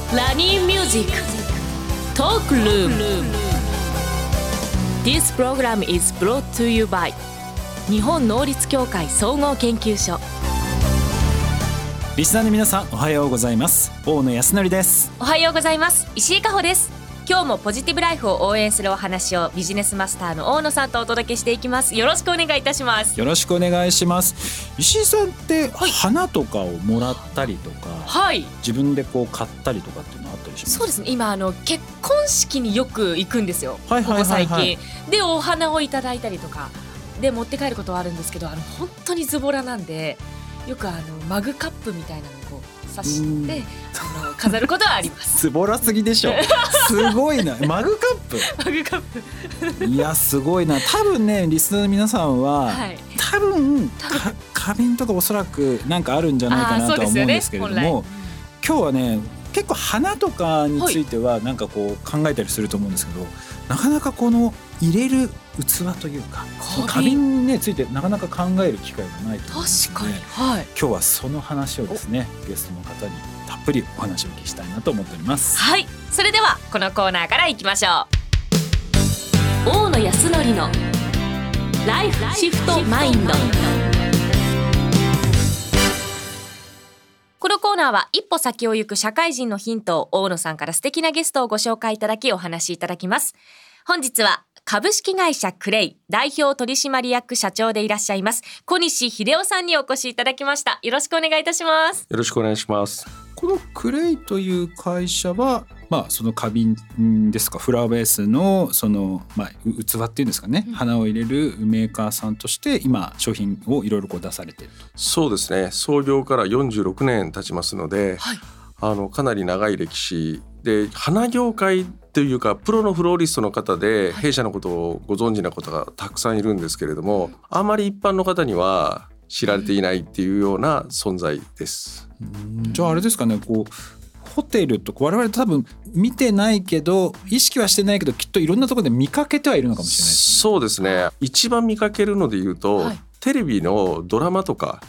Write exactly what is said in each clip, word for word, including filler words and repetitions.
ラニーミュージックトークルーム This program is brought to you by 日本能率協会総合研究所。 リスナーの皆さんおはようございます。大野康則です。 おはようございます。石井加穂です。今日もポジティブライフを応援するお話をビジネスマスターの大野さんとお届けしていきます。よろしくお願いいたします。 よろしくお願いします。石井さんって花とかをもらったりとか、はい、自分でこう買ったりとかっていうのはあったりしますか？ そうですね、今あの結婚式によく行くんですよ、 はいはいはいはい、 ここ最近でお花をいただいたりとかで持って帰ることはあるんですけど、あの本当にズボラなんでよくあのマグカップみたいなのをこう刺してあの飾ることはありますズボラすぎでしょすごいな。マグカップマグカップいやすごいな。多分ねリスナーの皆さんは、はい、多分か花瓶とかおそらくなんかあるんじゃないかなとは思うんですけれども、ね、今日はね結構花とかについてはなんかこう考えたりすると思うんですけど、なかなかこの入れる器というか花瓶に、ね、ついてなかなか考える機会がないと思うので、 確かに、はい、 今日はその話をですねゲストの方にたっぷりお話をお聞きしたいなと思っております。 はい、それではこのコーナーからいきましょう。大野康則のライフシフトマインド。このコーナーは一歩先を行く社会人のヒントを大野さんから素敵なゲストをご紹介いただきお話しいただきます。本日は株式会社クレイ代表取締役社長でいらっしゃいます小西秀夫さんにお越しいただきました。よろしくお願いいたします。 よろしくお願いします。 このクレイという会社は、まあ、その花瓶ですかフラワーベースのその、まあ、器っていうんですかね、うん、花を入れるメーカーさんとして今商品をいろいろこう出されていると。 そうですね、創業からよんじゅうろくねん経ちますので、はい、あのかなり長い歴史で花業界というかプロのフローリストの方で弊社のことをご存知な方がたくさんいるんですけれども、あまり一般の方には知られていないっていうような存在です。 うん、じゃああれですかね、こうホテルとか我々多分見てないけど意識はしてないけどきっといろんなところで見かけてはいるのかもしれないですね。 そうですね、一番見かけるので言うと、はい、テレビのドラマとか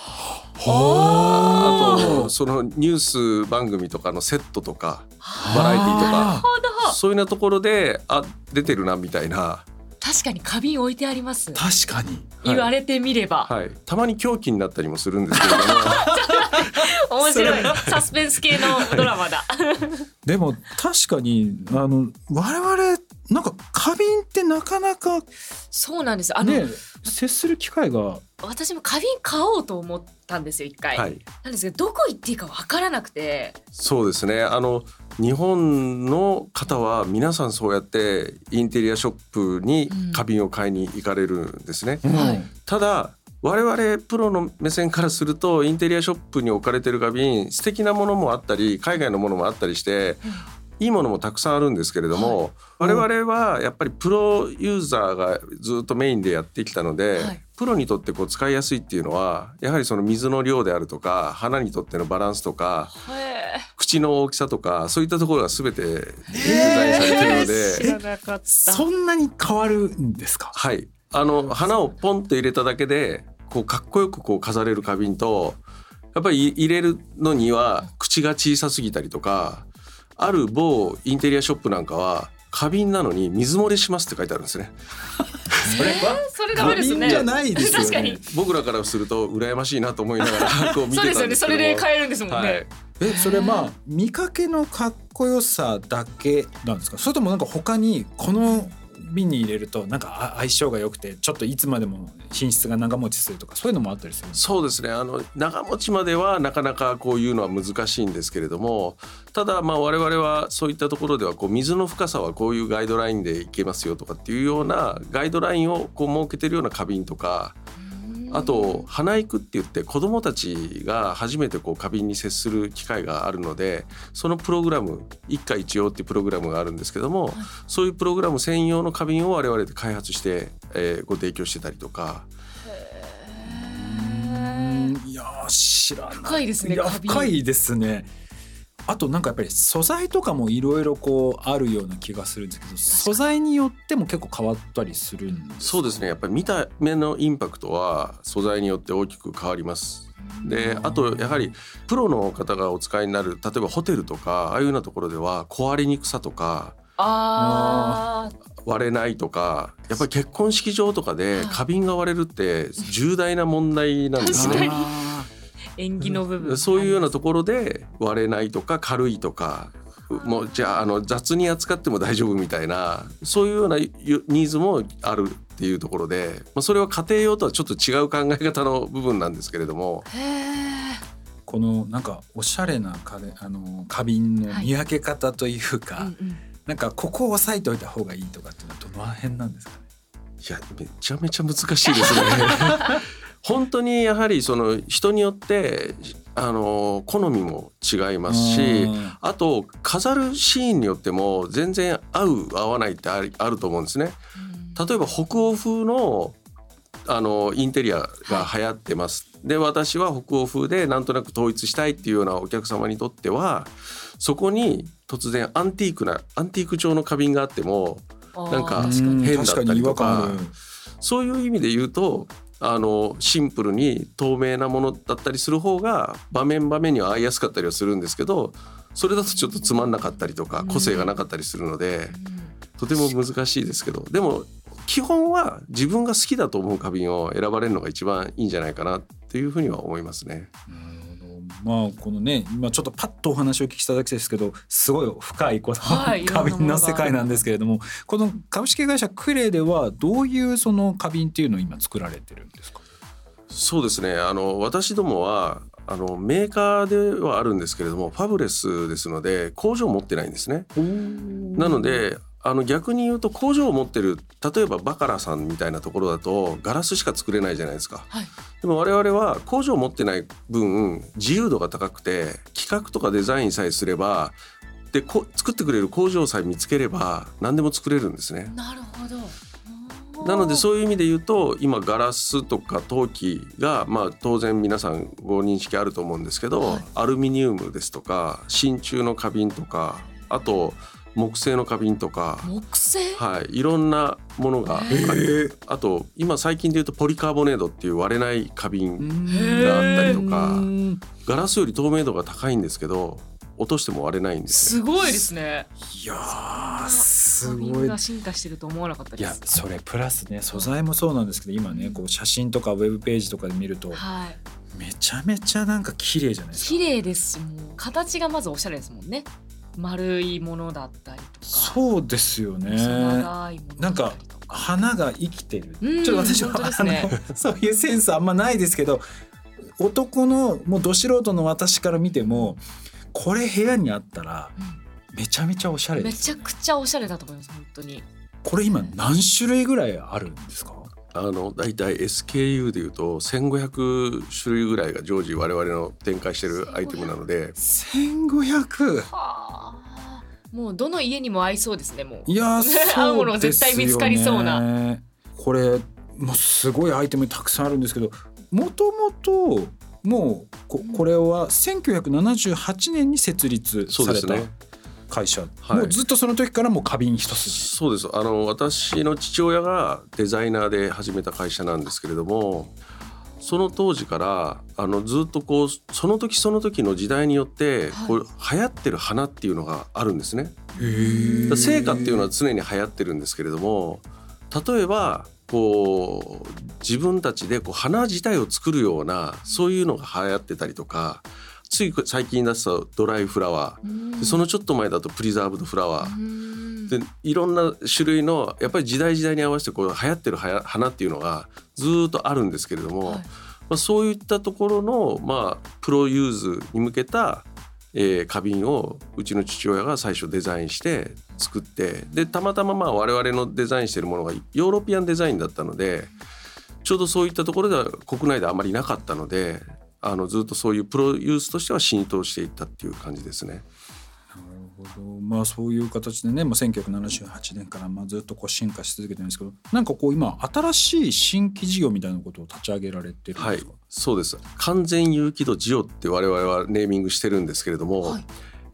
あとそのニュース番組とかのセットとかバラエティとかそういうようなところであ出てるなみたいな。 確かに花瓶置いてあります。 確かに言われてみれば、 はいはい、たまに狂気になったりもするんですけれども面白いサスペンス系のドラマだでも確かにあの我々なんか花瓶ってなかなかそうなんですあの、 ね、接する機会が私も花瓶買おうと思ったんですよ一回、はい、なんですけどどこ行っていいか分からなくて。 そうですね、あの日本の方は皆さんそうやってインテリアショップに花瓶を買いに行かれるんですね、うんはい、ただ我々プロの目線からするとインテリアショップに置かれてる花瓶素敵なものもあったり海外のものもあったりして、うんいいものもたくさんあるんですけれども、はい、我々はやっぱりプロユーザーがずっとメインでやってきたので、はい、プロにとってこう使いやすいっていうのはやはりその水の量であるとか花にとってのバランスとか口の大きさとかそういったところが全てデザインされているので、 知らなかった。 そんなに変わるんですか？ はい、あの花をポンと入れただけでこうかっこよくこう飾れる花瓶とやっぱり入れるのには口が小さすぎたりとかある某インテリアショップなんかは花瓶なのに水漏れしますって書いてあるんですねそれはそれダメですね。 花瓶じゃないですよね。 確かに僕らからすると羨ましいなと思いながらこう見てたんですけどそうですよね、それで買えるんですもんね、はい、 えそれまあ見かけのかっこよさだけなんですか？それともなんか他にこの瓶に入れるとなんか相性が良くてちょっといつまでも品質が長持ちするとかそういうのもあったりするんですか？ そうですね、あの長持ちまではなかなかこういうのは難しいんですけれども、ただまあ我々はそういったところではこう水の深さはこういうガイドラインでいけますよとかっていうようなガイドラインをこう設けてるような花瓶とか、あと花育って言って子どもたちが初めてこう花瓶に接する機会があるのでそのプログラム一家一用っていうプログラムがあるんですけども、はい、そういうプログラム専用の花瓶を我々で開発して、えー、ご提供してたりとか。 へー、いや知らない。 深いですね。 いや深いですね。 あとなんかやっぱり素材とかもいろいろこうあるような気がするんですけど、素材によっても結構変わったりするんですか？ そうですね、やっぱり見た目のインパクトは素材によって大きく変わります。であとやはりプロの方がお使いになる例えばホテルとかああいうようなところでは壊れにくさとかあ割れないとか、やっぱり結婚式場とかで花瓶が割れるって重大な問題なんですね。 縁起の部分、 そういうようなところで割れないとか軽いとか、もうじゃあ、あの雑に扱っても大丈夫みたいな、そういうようなニーズもあるっていうところで、まあ、それは家庭用とはちょっと違う考え方の部分なんですけれども、 へこのなんかおしゃれなあの花瓶の見分け方というか、はいうんうん、なんかここを押さえておいた方がいいとかっていうのはどの辺なんですかね？ いやめちゃめちゃ難しいですね本当にやはりその人によってあの好みも違いますし、あと飾るシーンによっても全然合う合わないってある、あると思うんですね。例えば北欧風のあのインテリアが流行ってます。で私は北欧風でなんとなく統一したいっていうようなお客様にとっては、そこに突然アンティークなアンティーク調の花瓶があってもなんか変だったりとか、そういう意味で言うとあのシンプルに透明なものだったりする方が場面場面には合いやすかったりはするんですけど、それだとちょっとつまんなかったりとか個性がなかったりするので、とても難しいですけど、でも基本は自分が好きだと思う花瓶を選ばれるのが一番いいんじゃないかなっていうふうには思いますね。 まあこのね今ちょっとパッとお話をお聞きしただけですけど、すごい深いこの花瓶の世界なんですけれども、この株式会社クレイではどういうその花瓶っていうのを今作られてるんですか？ そうですね、あの私どもはあのメーカーではあるんですけれどもファブレスですので工場を持ってないんですね。なのであの逆に言うと工場を持ってる例えばバカラさんみたいなところだとガラスしか作れないじゃないですか、はい、でも我々は工場を持ってない分自由度が高くて企画とかデザインさえすればでこ作ってくれる工場さえ見つければ何でも作れるんですね。 なるほど。 なのでそういう意味で言うと今ガラスとか陶器が、まあ、当然皆さんご認識あると思うんですけど、はい、アルミニウムですとか真鍮の花瓶とかあと木製の花瓶とか木製、 はい、いろんなものがあり、あと今最近で言うとポリカーボネードっていう割れない花瓶があったりとか、ガラスより透明度が高いんですけど落としても割れないんですよ。すごいですね。 いやーすごい。 花瓶が進化してると思わなかったです。 いやそれプラスね素材もそうなんですけど今ねこう写真とかウェブページとかで見ると、はい、めちゃめちゃなんか綺麗じゃないですか。 綺麗ですし、もう形がまずおしゃれですもんね。丸いものだったりとか。 そうですよね。 長いものだったりとか。 なんか花が生きてる、 うん、 ちょっと私は、ね、あのそういうセンスあんまないですけど、男のもうど素人の私から見てもこれ部屋にあったらめちゃめちゃおしゃれです、 ね、めちゃくちゃおしゃれだと思います本当に。 これ今何種類ぐらいあるんですか？ あのだいたい エスケーユー でいうとせんごひゃく種類ぐらいが常時我々の展開しているアイテムなのでせんごひゃく、 はあ、もうどの家にも合いそうですね。もういやそうですよね合うもの絶対見つかりそうな。 これもうすごいアイテムたくさんあるんですけど、もともともう こ, これはせんきゅうひゃくななじゅうはちねんに設立された会社、はい、もうずっとその時からもう花瓶一筋。 そうです。あの私の父親がデザイナーで始めた会社なんですけれども、その当時からあのずっとこうその時その時の時代によってこう、はい、流行ってる花っていうのがあるんですね。へだ成果っていうのは常に流行ってるんですけれども、例えばこう自分たちでこう花自体を作るようなそういうのが流行ってたりとか、つい最近出したドライフラワーで、そのちょっと前だとプリザーブドフラワーで、いろんな種類のやっぱり時代時代に合わせてこう流行ってる花っていうのがずっとあるんですけれども、はい、まあ、そういったところの、まあ、プロユーズに向けた、えー、花瓶をうちの父親が最初デザインして作って、でたまたままあ我々のデザインしているものがヨーロピアンデザインだったので、ちょうどそういったところでは国内であまりなかったので、あのずっとそういうプロユースとしては浸透していったっていう感じですね。 なるほど。まあそういう形でね、まあ、せんきゅうひゃくななじゅうはちねんからまあずっとこう進化し続けてるんですけど、なんかこう今新しい新規事業みたいなことを立ち上げられてるんですか？はい、 そうです。完全有機度ジオって我々はネーミングしてるんですけれども、はい、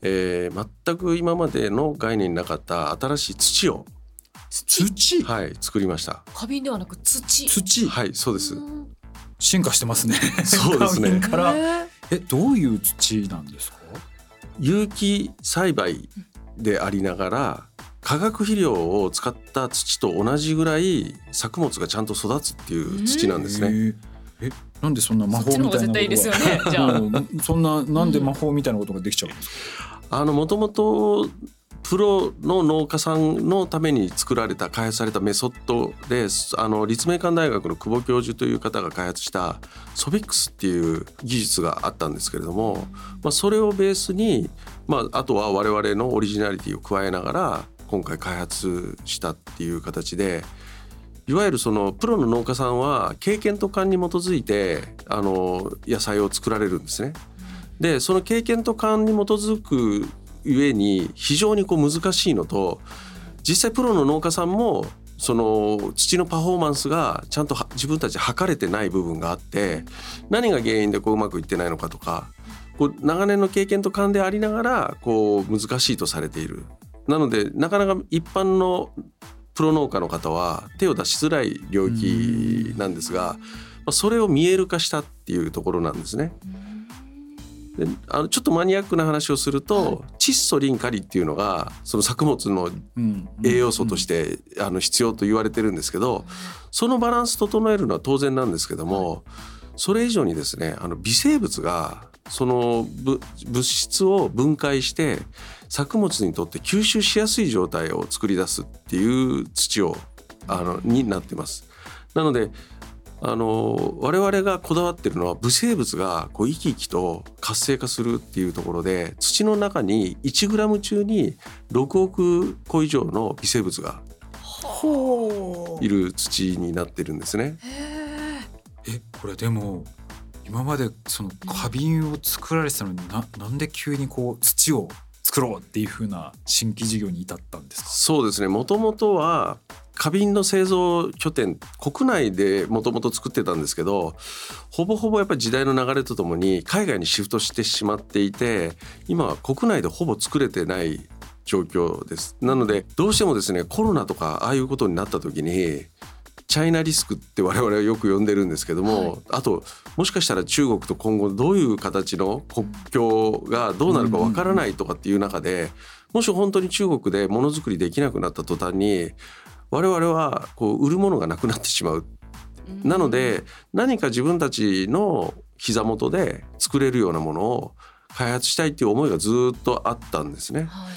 えー、全く今までの概念になかった新しい土を土、 はい、作りました。 花瓶ではなく土。 土、 はい、そうです。 進化してますね。 そうですね。 からえどういう土なんですか？ 有機栽培でありながら化学肥料を使った土と同じぐらい作物がちゃんと育つっていう土なんですね。 えなんでそんな魔法みたいなことが、 そっちの方が絶対いいですよね。じゃあそんななんで魔法みたいなことができちゃうんですか？ あのもともとプロの農家さんのために作られた開発されたメソッドで、あの立命館大学の久保教授という方が開発したソビックスっていう技術があったんですけれども、まあ、それをベースに、まあ、あとは我々のオリジナリティを加えながら今回開発したっていう形で、いわゆるそのプロの農家さんは経験と勘に基づいてあの野菜を作られるんですね。でその経験と勘に基づくゆえに非常にこう難しいのと、実際プロの農家さんもその土のパフォーマンスがちゃんと自分たちで測れてない部分があって、何が原因でこううまくいってないのかとか、こう長年の経験と勘でありながらこう難しいとされている。なのでなかなか一般のプロ農家の方は手を出しづらい領域なんですが、それを見える化したっていうところなんですね。であのちょっとマニアックな話をすると、はい、窒素リンカリっていうのがその作物の栄養素としてあの必要と言われてるんですけど、そのバランス整えるのは当然なんですけども、それ以上にですね、あの微生物がその物質を分解して作物にとって吸収しやすい状態を作り出すっていう土をあのになってます。なのであの我々がこだわってるのは、微生物がこう生き生きと活性化するっていうところで、土の中にいちグラム中にろくおく個以上の微生物がいる土になってるんですね。 えこれでも今までその花瓶を作られてたのに な, なんで急にこう土を作ろうっていう風な新規事業に至ったんですか？ そうですね、もともとは花瓶の製造拠点国内でもともと作ってたんですけど、ほぼほぼやっぱり時代の流れとともに海外にシフトしてしまっていて、今は国内でほぼ作れてない状況です。なのでどうしてもですね、コロナとかああいうことになった時にチャイナリスクって我々はよく呼んでるんですけども、はい、あともしかしたら中国と今後どういう形の国境がどうなるかわからないとかっていう中で、もし本当に中国でものづくりできなくなった途端に我々はこう売るものがなくなってしまう。なので何か自分たちの膝元で作れるようなものを開発したいっていう思いがずっとあったんですね。はい、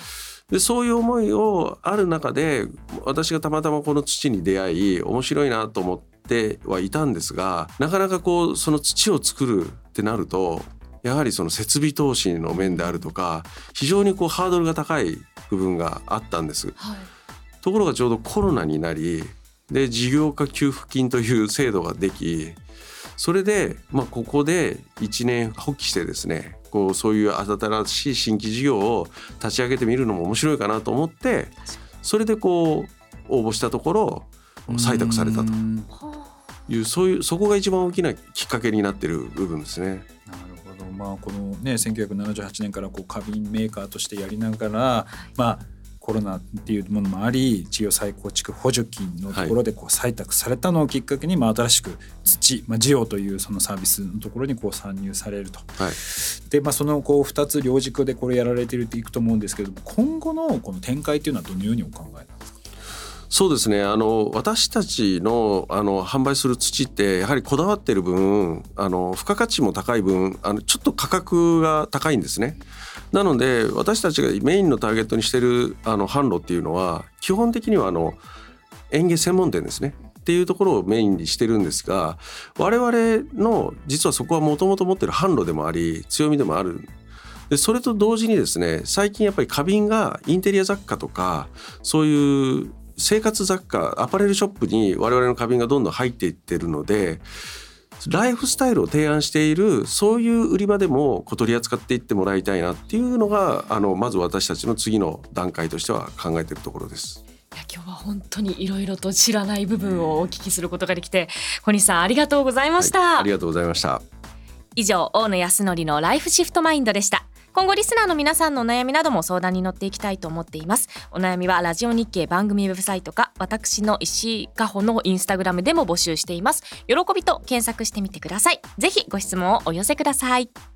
でそういう思いをある中で、私がたまたまこの土に出会い面白いなと思ってはいたんですが、なかなかこうその土を作るってなると、やはりその設備投資の面であるとか、非常にこうハードルが高い部分があったんです。はい、ところがちょうどコロナになり、で事業家給付金という制度ができ、それで、まあ、ここで一年発起してですね、こうそういう新しい新規事業を立ち上げてみるのも面白いかなと思って、それでこう応募したところ採択されたという、そういうそこが一番大きなきっかけになっている部分ですね。 なるほど、まあ、このねせんきゅうひゃくななじゅうはちねんからこう花瓶メーカーとしてやりながら、まあコロナっていうものもあり、事業再構築補助金のところでこう採択されたのをきっかけに、まあ新しく土、まあ、ジオというそのサービスのところにこう参入されると。はい、で、まあ、そのこうふたつ両軸でこれやられているっていくと思うんですけども、今後のこの展開っていうのはどのようにお考えなんですか？ そうですね、あの私たち の, あの販売する土ってやはりこだわってる分、あの付加価値も高い分、あのちょっと価格が高いんですね。なので私たちがメインのターゲットにしてるあの販路っていうのは、基本的にはあの園芸専門店ですねっていうところをメインにしてるんですが、我々の実はそこはもともと持ってる販路でもあり強みでもある。でそれと同時にですね、最近やっぱり花瓶がインテリア雑貨とかそういう生活雑貨アパレルショップに我々の花瓶がどんどん入っていってるので、ライフスタイルを提案しているそういう売り場でもこう取り扱っていってもらいたいなっていうのが、あのまず私たちの次の段階としては考えているところです。 いや今日は本当にいろいろと知らない部分をお聞きすることができて、小西さんありがとうございました。 はい、ありがとうございました。 以上、大野康則のライフシフトマインドでした。今後リスナーの皆さんのお悩みなども相談に乗っていきたいと思っています。お悩みはラジオ日経番組ウェブサイトか私の石井加穂のインスタグラムでも募集しています。喜びと検索してみてください。ぜひご質問をお寄せください。